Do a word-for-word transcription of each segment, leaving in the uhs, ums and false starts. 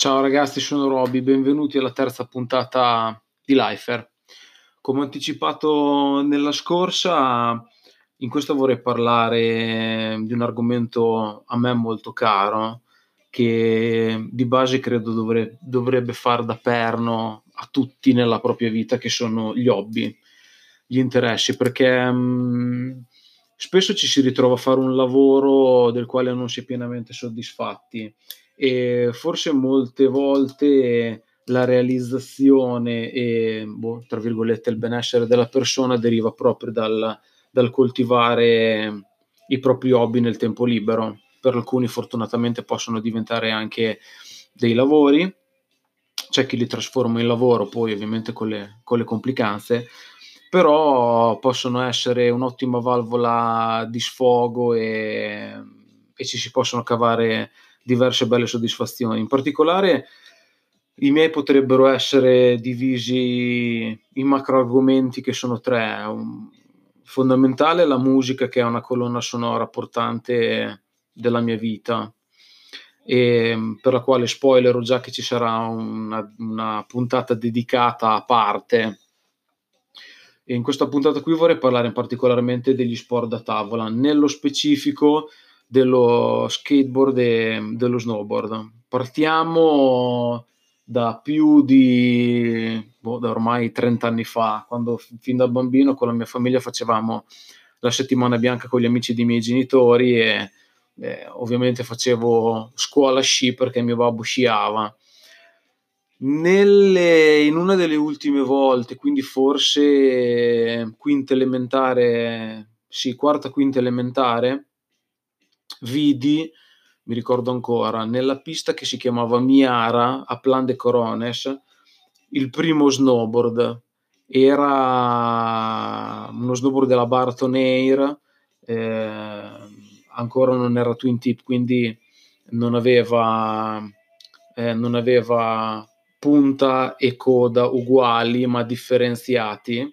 Ciao ragazzi, sono Roby, benvenuti alla terza puntata di Lifer. Come anticipato nella scorsa, in questa vorrei parlare di un argomento a me molto caro, che di base credo dovre- dovrebbe far da perno a tutti nella propria vita, che sono gli hobby, gli interessi, perché mh, spesso ci si ritrova a fare un lavoro del quale non si è pienamente soddisfatti e forse molte volte la realizzazione e, boh, tra virgolette, il benessere della persona deriva proprio dal, dal coltivare i propri hobby nel tempo libero. Per alcuni fortunatamente possono diventare anche dei lavori, c'è chi li trasforma in lavoro, poi ovviamente con le, con le complicanze, però possono essere un'ottima valvola di sfogo e, e ci si possono cavare diverse belle soddisfazioni. In particolare i miei potrebbero essere divisi in macro argomenti che sono tre. Un- fondamentale la musica, che è una colonna sonora portante della mia vita, e per la quale spoilerò già che ci sarà una, una puntata dedicata a parte. E in questa puntata qui vorrei parlare particolarmente degli sport da tavola, nello specifico dello skateboard e dello snowboard. Partiamo da più di, boh, da ormai trenta anni fa, quando f- fin da bambino con la mia famiglia facevamo la settimana bianca con gli amici dei miei genitori e eh, ovviamente facevo scuola sci perché mio babbo sciava. Nelle in una delle ultime volte, quindi forse quinta elementare, sì, quarta, quinta elementare, vidi, mi ricordo ancora, nella pista che si chiamava Miara a Plan de Corones, il primo snowboard. Era uno snowboard della Barton Air, ehm, ancora non era twin tip, quindi non aveva, eh, non aveva punta e coda uguali ma differenziati,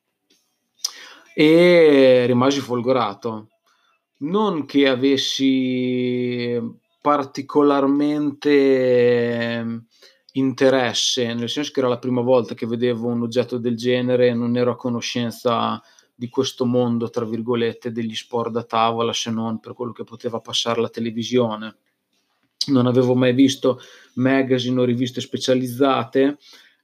e rimasi folgorato. Non che avessi particolarmente ehm, interesse, nel senso che era la prima volta che vedevo un oggetto del genere e non ero a conoscenza di questo mondo, tra virgolette, degli sport da tavola, se non per quello che poteva passare la televisione. Non avevo mai visto magazine o riviste specializzate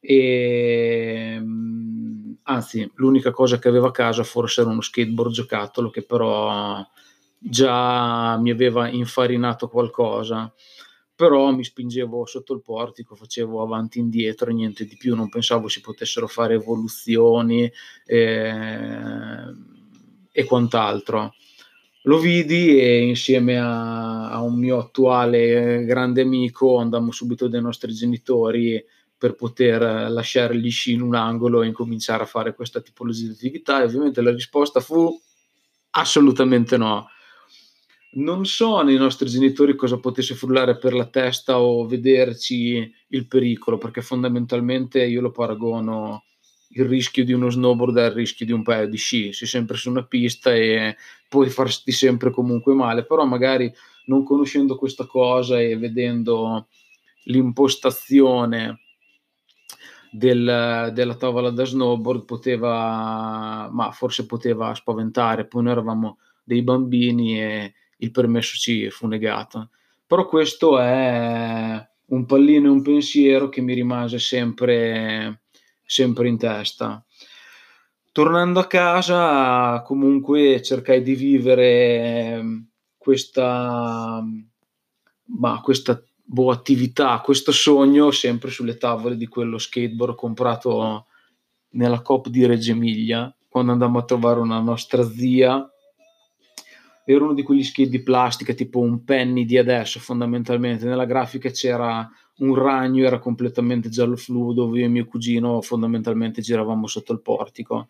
e mh, anzi, l'unica cosa che avevo a casa forse era uno skateboard giocattolo, che però già mi aveva infarinato qualcosa. Però mi spingevo sotto il portico, facevo avanti e indietro e niente di più, non pensavo si potessero fare evoluzioni eh, e quant'altro. Lo vidi e insieme a, a un mio attuale grande amico andammo subito dai nostri genitori per poter lasciare gli sci in un angolo e incominciare a fare questa tipologia di attività, e ovviamente la risposta fu assolutamente no. Non so nei nostri genitori cosa potesse frullare per la testa o vederci il pericolo, perché fondamentalmente io lo paragono il rischio di uno snowboard al rischio di un paio di sci. Sei sempre su una pista e puoi farti sempre comunque male, però magari non conoscendo questa cosa e vedendo l'impostazione del- della tavola da snowboard poteva, ma forse poteva spaventare. Poi noi eravamo dei bambini e il permesso ci fu negato. Però questo è un pallino e un pensiero che mi rimase sempre, sempre in testa. Tornando a casa, comunque cercai di vivere ehm, questa, ma questa boh, attività, questo sogno sempre sulle tavole di quello skateboard comprato nella Coop di Reggio Emilia, quando andammo a trovare una nostra zia. Era uno di quegli skate di plastica, tipo un penny di adesso fondamentalmente. Nella grafica c'era un ragno, era completamente giallo fluo, dove io e mio cugino fondamentalmente giravamo sotto il portico.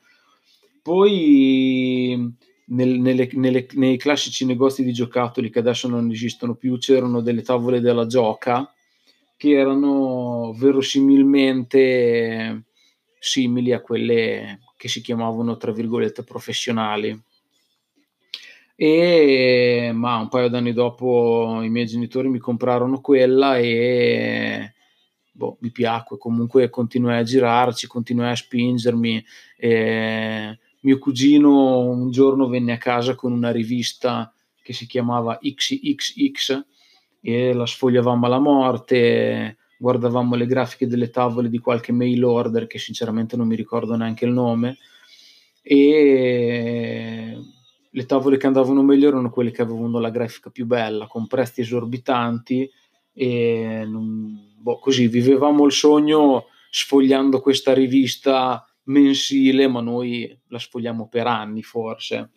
Poi nel- nelle- nelle- nei classici negozi di giocattoli che adesso non esistono più, c'erano delle tavole della Gioca che erano verosimilmente simili a quelle che si chiamavano, tra virgolette, professionali. E ma un paio d'anni dopo i miei genitori mi comprarono quella e boh, mi piacque, comunque continuai a girarci, continuai a spingermi. E mio cugino un giorno venne a casa con una rivista che si chiamava X X X e la sfogliavamo alla morte, guardavamo le grafiche delle tavole di qualche mail order che sinceramente non mi ricordo neanche il nome, e le tavole che andavano meglio erano quelle che avevano la grafica più bella, con prezzi esorbitanti. E non, boh, così vivevamo il sogno sfogliando questa rivista mensile, ma noi la sfogliamo per anni forse.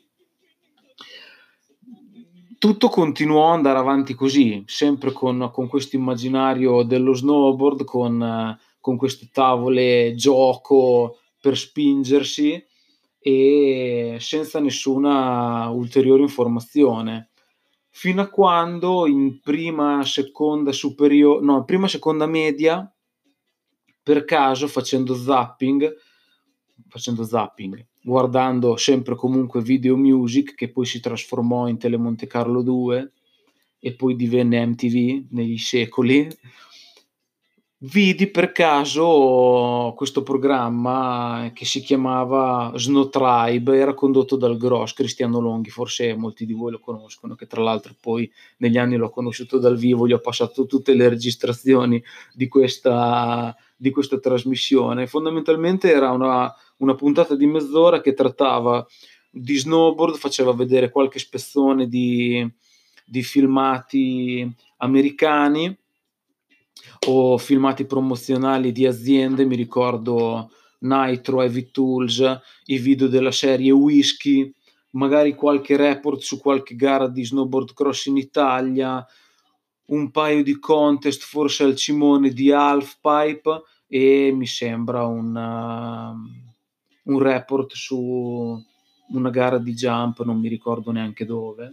Tutto continuò ad andare avanti così, sempre con, con questo immaginario dello snowboard, con, con queste tavole gioco per spingersi e senza nessuna ulteriore informazione. Fino a quando in prima, seconda superio no, prima, seconda media, per caso facendo zapping facendo zapping, guardando sempre comunque Video Music, che poi si trasformò in Telemonte Carlo due e poi divenne M T V negli secoli, vidi per caso questo programma che si chiamava Snow Tribe, era condotto dal Gross, Cristiano Longhi, forse molti di voi lo conoscono, che tra l'altro poi negli anni l'ho conosciuto dal vivo, gli ho passato tutte le registrazioni di questa, di questa trasmissione. Fondamentalmente era una, una puntata di mezz'ora che trattava di snowboard, faceva vedere qualche spezzone di, di filmati americani o filmati promozionali di aziende, mi ricordo Nitro, Heavy Tools, i video della serie Whisky, magari qualche report su qualche gara di snowboard cross in Italia, un paio di contest forse al Cimone di halfpipe e mi sembra un, uh, un report su una gara di jump, non mi ricordo neanche dove.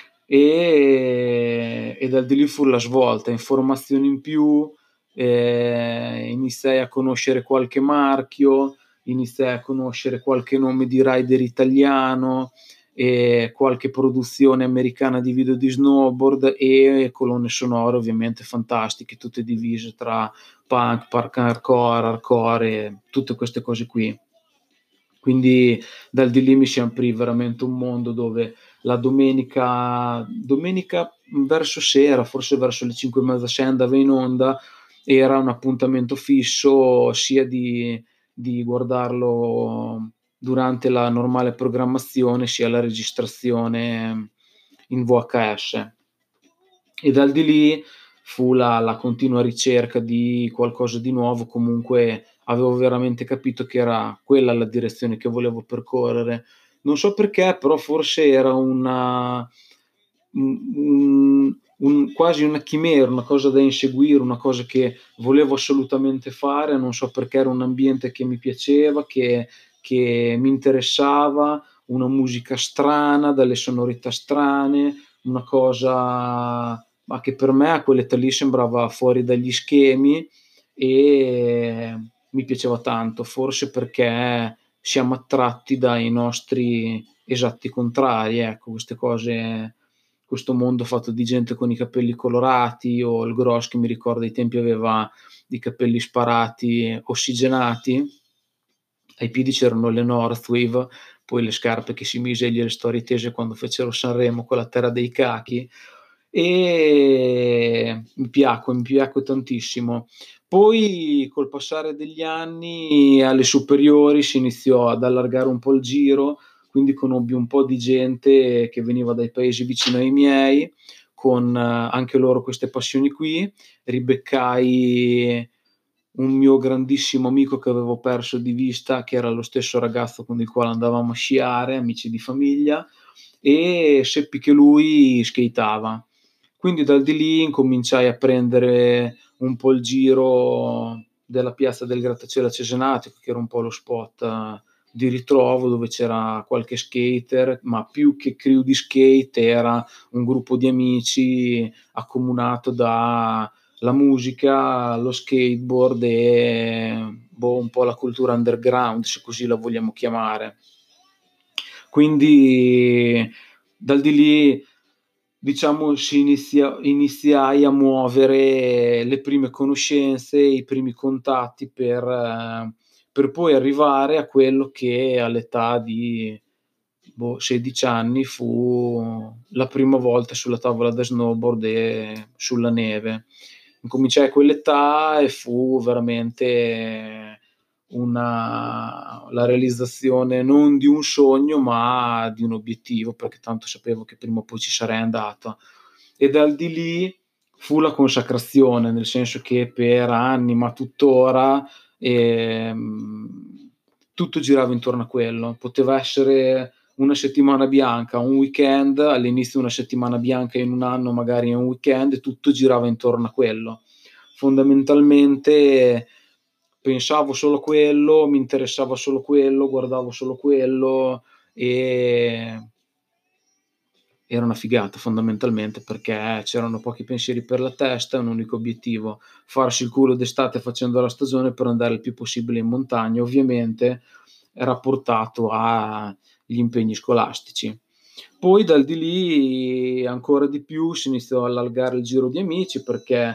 E, e dal di lì fu la svolta, informazioni in più, eh, iniziai a conoscere qualche marchio, iniziai a conoscere qualche nome di rider italiano e qualche produzione americana di video di snowboard e colonne sonore ovviamente fantastiche, tutte divise tra punk, park hardcore, hardcore e tutte queste cose qui. Quindi dal di lì mi si aprì veramente un mondo dove la domenica, domenica verso sera, forse verso le cinque e mezza, sei, andava in onda, era un appuntamento fisso sia di, di guardarlo durante la normale programmazione sia la registrazione in V H S. E dal di lì fu la, la continua ricerca di qualcosa di nuovo. Comunque avevo veramente capito che era quella la direzione che volevo percorrere. Non so perché, però forse era una, un, un, quasi una chimera, una cosa da inseguire, una cosa che volevo assolutamente fare. Non so perché era un ambiente che mi piaceva, che, che mi interessava, una musica strana, dalle sonorità strane, una cosa ma che per me a quell'età lì sembrava fuori dagli schemi e mi piaceva tanto, forse perché siamo attratti dai nostri esatti contrari, ecco, queste cose, questo mondo fatto di gente con i capelli colorati, o il Gross che mi ricordo ai tempi aveva i capelli sparati, ossigenati, ai piedi c'erano le Northwave, poi le scarpe che si mise e gliele storie tese quando fecero Sanremo con la terra dei cachi, e mi piacque, mi piacque tantissimo. Poi col passare degli anni alle superiori si iniziò ad allargare un po' il giro, quindi conobbi un po' di gente che veniva dai paesi vicino ai miei, con eh, anche loro queste passioni qui. Ribeccai un mio grandissimo amico che avevo perso di vista, che era lo stesso ragazzo con il quale andavamo a sciare, amici di famiglia, e seppi che lui skateava. Quindi dal di lì incominciai a prendere un po' il giro della piazza del Grattacielo a Cesenatico, che era un po' lo spot eh, di ritrovo dove c'era qualche skater, ma più che crew di skate era un gruppo di amici accomunato da la musica, lo skateboard e boh, un po' la cultura underground, se così la vogliamo chiamare. Quindi dal di lì diciamo si inizia iniziai a muovere le prime conoscenze, i primi contatti per eh, per poi arrivare a quello che all'età di, boh, sedici anni fu la prima volta sulla tavola da snowboard e sulla neve. Incominciai a quell'età e fu veramente una la realizzazione non di un sogno, ma di un obiettivo, perché tanto sapevo che prima o poi ci sarei andato. E dal di lì fu la consacrazione, nel senso che per anni, ma tuttora, ehm, tutto girava intorno a quello. Poteva essere una settimana bianca, un weekend, all'inizio una settimana bianca in un anno, magari è un weekend, e tutto girava intorno a quello. Fondamentalmente pensavo solo a quello, mi interessava solo quello, guardavo solo quello e era una figata fondamentalmente, perché c'erano pochi pensieri per la testa e un unico obiettivo: farsi il culo d'estate facendo la stagione per andare il più possibile in montagna, ovviamente rapportato agli impegni scolastici. Poi dal di lì ancora di più si iniziò a allargare il giro di amici, perché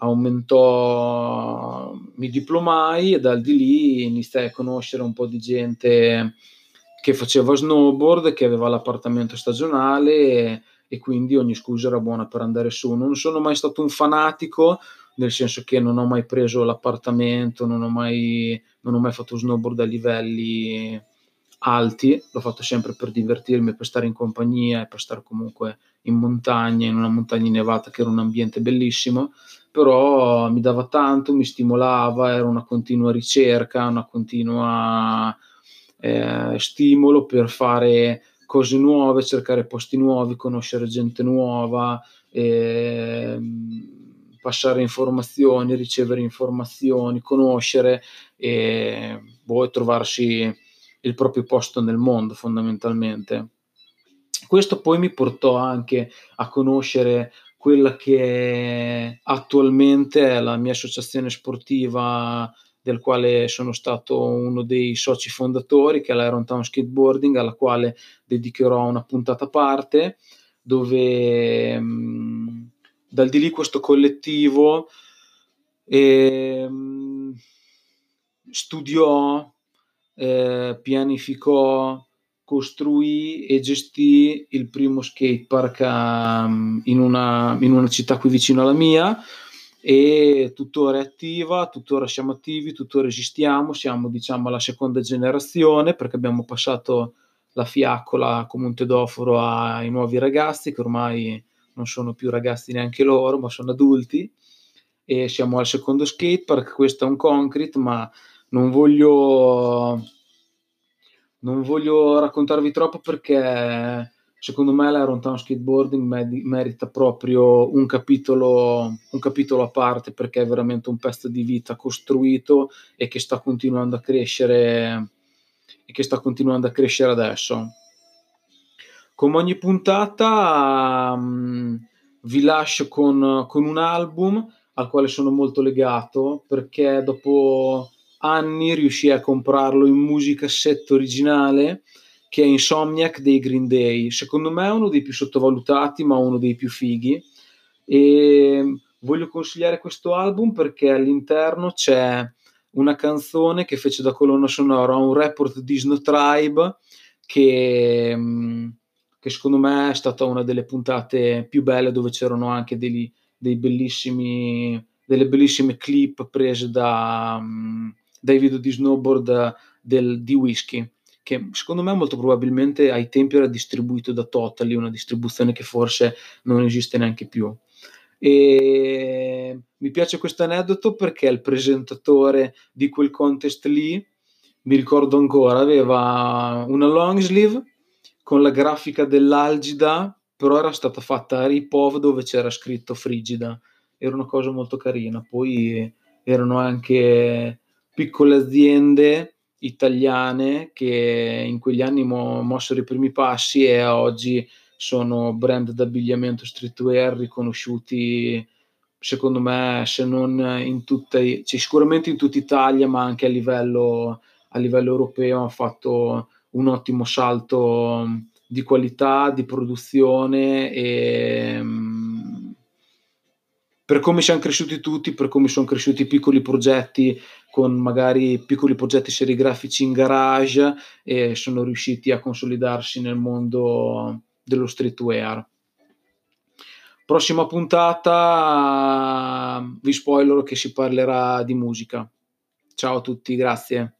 aumentò mi diplomai e dal di lì iniziai a conoscere un po' di gente che faceva snowboard, che aveva l'appartamento stagionale e e quindi ogni scusa era buona per andare su. Non sono mai stato un fanatico, nel senso che non ho mai preso l'appartamento, non ho mai non ho mai fatto snowboard a livelli alti, l'ho fatto sempre per divertirmi, per stare in compagnia e per stare comunque in montagna, in una montagna innevata che era un ambiente bellissimo, però mi dava tanto, mi stimolava, era una continua ricerca, una continua ehm, stimolo per fare cose nuove, cercare posti nuovi, conoscere gente nuova, ehm, passare informazioni, ricevere informazioni, conoscere e boh, e trovarsi il proprio posto nel mondo fondamentalmente. Questo poi mi portò anche a conoscere quella che attualmente è la mia associazione sportiva, del quale sono stato uno dei soci fondatori, che è l'Iron Town Skateboarding, alla quale dedicherò una puntata a parte, dove mh, dal di lì questo collettivo ehm, studiò, ehm, pianificò, costruì e gestì il primo skatepark a mhmm, in una in una città qui vicino alla mia, e tuttora è attiva, tuttora siamo attivi, tuttora esistiamo, siamo diciamo alla seconda generazione, perché abbiamo passato la fiaccola come un tedoforo ai nuovi ragazzi, che ormai non sono più ragazzi neanche loro, ma sono adulti, e siamo al secondo skatepark. Questo è un concrete, ma non voglio non voglio raccontarvi troppo, perché secondo me l'Iron Town Skateboarding medi merita proprio un capitolo un capitolo a parte, perché è veramente un pezzo di vita costruito e che sta continuando a crescere e che sta continuando a crescere adesso. Come ogni puntata, mhmm, vi lascio con con un album al quale sono molto legato, perché dopo anni riuscii a comprarlo in musicassetta originale, che è Insomniac dei Green Day. Secondo me è uno dei più sottovalutati, ma uno dei più fighi. Ehm, voglio consigliare questo album perché all'interno c'è una canzone che fece da colonna sonora a un report di Snow Tribe, che mhmm, che secondo me è stata una delle puntate più belle, dove c'erano anche degli dei bellissimi delle bellissime clip prese da mhmm, dai video di snowboard del di Whisky, che secondo me molto probabilmente ai tempi era distribuito da Totally, una distribuzione che forse non esiste neanche più. Ehm, mi piace questo aneddoto perché il presentatore di quel contest lì, mi ricordo ancora, aveva una long sleeve con la grafica dell'Algida, però era stata fatta a Ripov dove c'era scritto Frigida. Era una cosa molto carina. Poi erano anche piccole aziende italiane che in quegli anni mo mossero i primi passi e a oggi sono brand d'abbigliamento streetwear riconosciuti, secondo me, se non in tutta i cioè sicuramente in tutta Italia, ma anche a livello a livello europeo han fatto un ottimo salto di qualità, di produzione, ehm, per come siam cresciuti tutti, per come son cresciuti i piccoli progetti con magari piccoli progetti serigrafici in garage e sono riusciti a consolidarsi nel mondo dello streetwear. Prossima puntata vi spoilero che si parlerà di musica. Ciao a tutti, grazie.